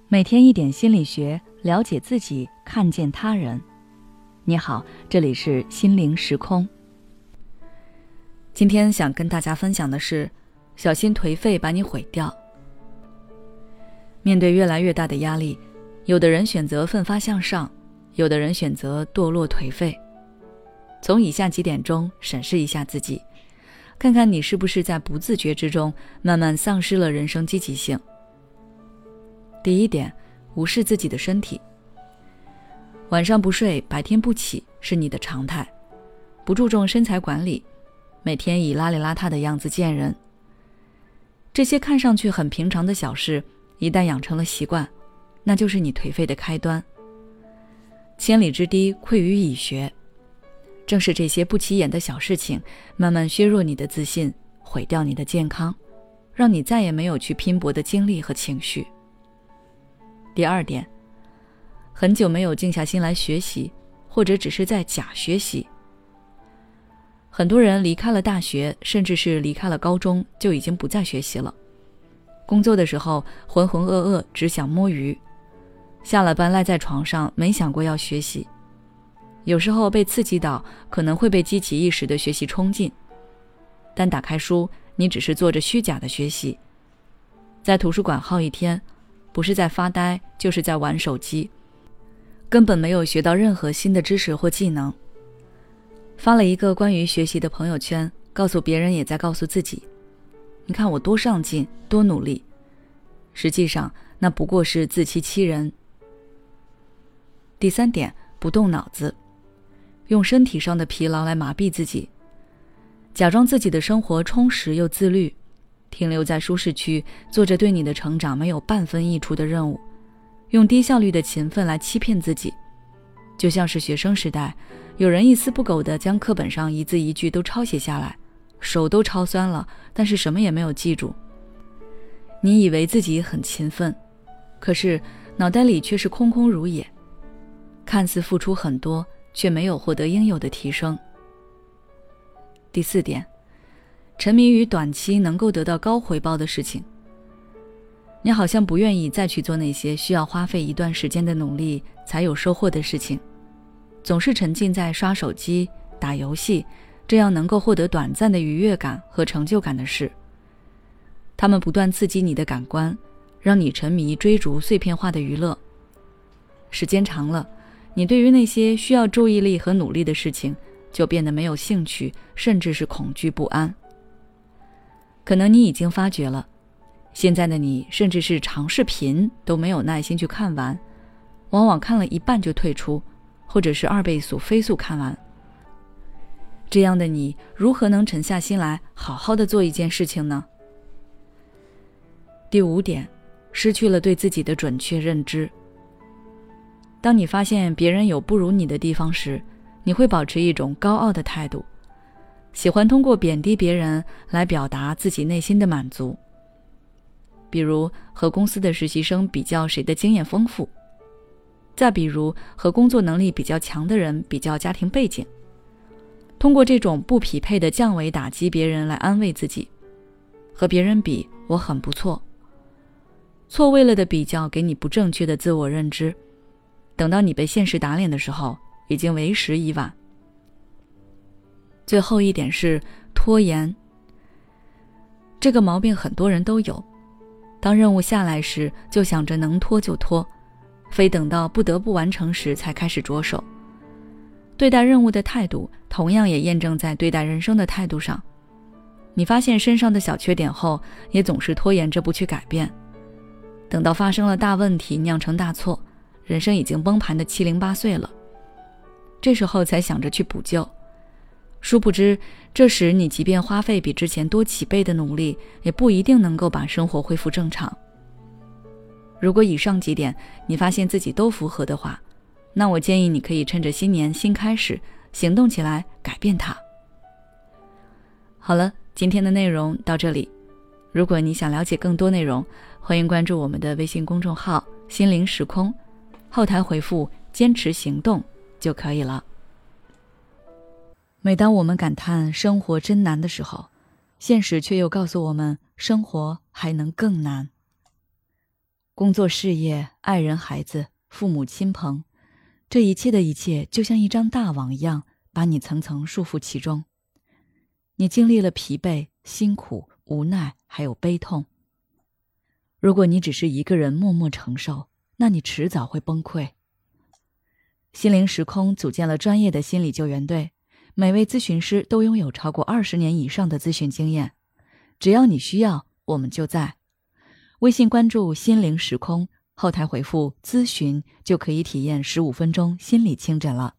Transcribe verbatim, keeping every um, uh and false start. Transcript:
每天一点心理学，了解自己，看见他人。你好，这里是心灵时空。今天想跟大家分享的是，小心颓废把你毁掉。面对越来越大的压力，有的人选择奋发向上，有的人选择堕落颓废。从以下几点中审视一下自己，看看你是不是在不自觉之中慢慢丧失了人生积极性。第一点，无视自己的身体。晚上不睡，白天不起是你的常态，不注重身材管理，每天以邋里邋遢的样子见人。这些看上去很平常的小事，一旦养成了习惯，那就是你颓废的开端。千里之堤溃于蚁穴，正是这些不起眼的小事情，慢慢削弱你的自信，毁掉你的健康，让你再也没有去拼搏的精力和情绪。第二点，很久没有静下心来学习，或者只是在假学习。很多人离开了大学，甚至是离开了高中，就已经不再学习了。工作的时候浑浑噩噩，只想摸鱼；下了班赖在床上，没想过要学习。有时候被刺激到，可能会被激起一时的学习冲劲，但打开书，你只是做着虚假的学习。在图书馆耗一天，不是在发呆，就是在玩手机，根本没有学到任何新的知识或技能。发了一个关于学习的朋友圈，告诉别人也在告诉自己，你看我多上进，多努力。实际上，那不过是自欺欺人。第三点，不动脑子，用身体上的疲劳来麻痹自己，假装自己的生活充实又自律，停留在舒适区，做着对你的成长没有半分益处的任务，用低效率的勤奋来欺骗自己。就像是学生时代，有人一丝不苟地将课本上一字一句都抄写下来，手都抄酸了，但是什么也没有记住。你以为自己很勤奋，可是脑袋里却是空空如也，看似付出很多，却没有获得应有的提升。第四点，沉迷于短期能够得到高回报的事情。你好像不愿意再去做那些需要花费一段时间的努力才有收获的事情，总是沉浸在刷手机、打游戏这样能够获得短暂的愉悦感和成就感的事。它们不断刺激你的感官，让你沉迷追逐碎片化的娱乐。时间长了，你对于那些需要注意力和努力的事情就变得没有兴趣，甚至是恐惧不安。可能你已经发觉了，现在的你甚至是长视频都没有耐心去看完，往往看了一半就退出，或者是二倍速飞速看完。这样的你如何能沉下心来好好的做一件事情呢？第五点，失去了对自己的准确认知。当你发现别人有不如你的地方时，你会保持一种高傲的态度，喜欢通过贬低别人来表达自己内心的满足。比如和公司的实习生比较谁的经验丰富，再比如和工作能力比较强的人比较家庭背景，通过这种不匹配的降维打击别人来安慰自己，和别人比我很不错。错位了的比较给你不正确的自我认知，等到你被现实打脸的时候，已经为时已晚。最后一点是拖延。这个毛病很多人都有，当任务下来时就想着能拖就拖，非等到不得不完成时才开始着手。对待任务的态度同样也验证在对待人生的态度上。你发现身上的小缺点后，也总是拖延着不去改变，等到发生了大问题，酿成大错，人生已经崩盘的七零八碎了，这时候才想着去补救。殊不知，这时你即便花费比之前多几倍的努力，也不一定能够把生活恢复正常。如果以上几点你发现自己都符合的话，那我建议你可以趁着新年新开始，行动起来改变它。好了，今天的内容到这里。如果你想了解更多内容，欢迎关注我们的微信公众号心灵时空，后台回复坚持行动就可以了。每当我们感叹生活真难的时候，现实却又告诉我们生活还能更难。 工作事业、爱人孩子、父母亲朋，这一切的一切就像一张大网一样，把你层层束缚其中。你经历了疲惫、辛苦、无奈，还有悲痛。如果你只是一个人默默承受，那你迟早会崩溃。心灵时空组建了专业的心理救援队，每位咨询师都拥有超过二十年以上的咨询经验。只要你需要，我们就在。微信关注心灵时空，后台回复咨询就可以体验十五分钟心理清诊了。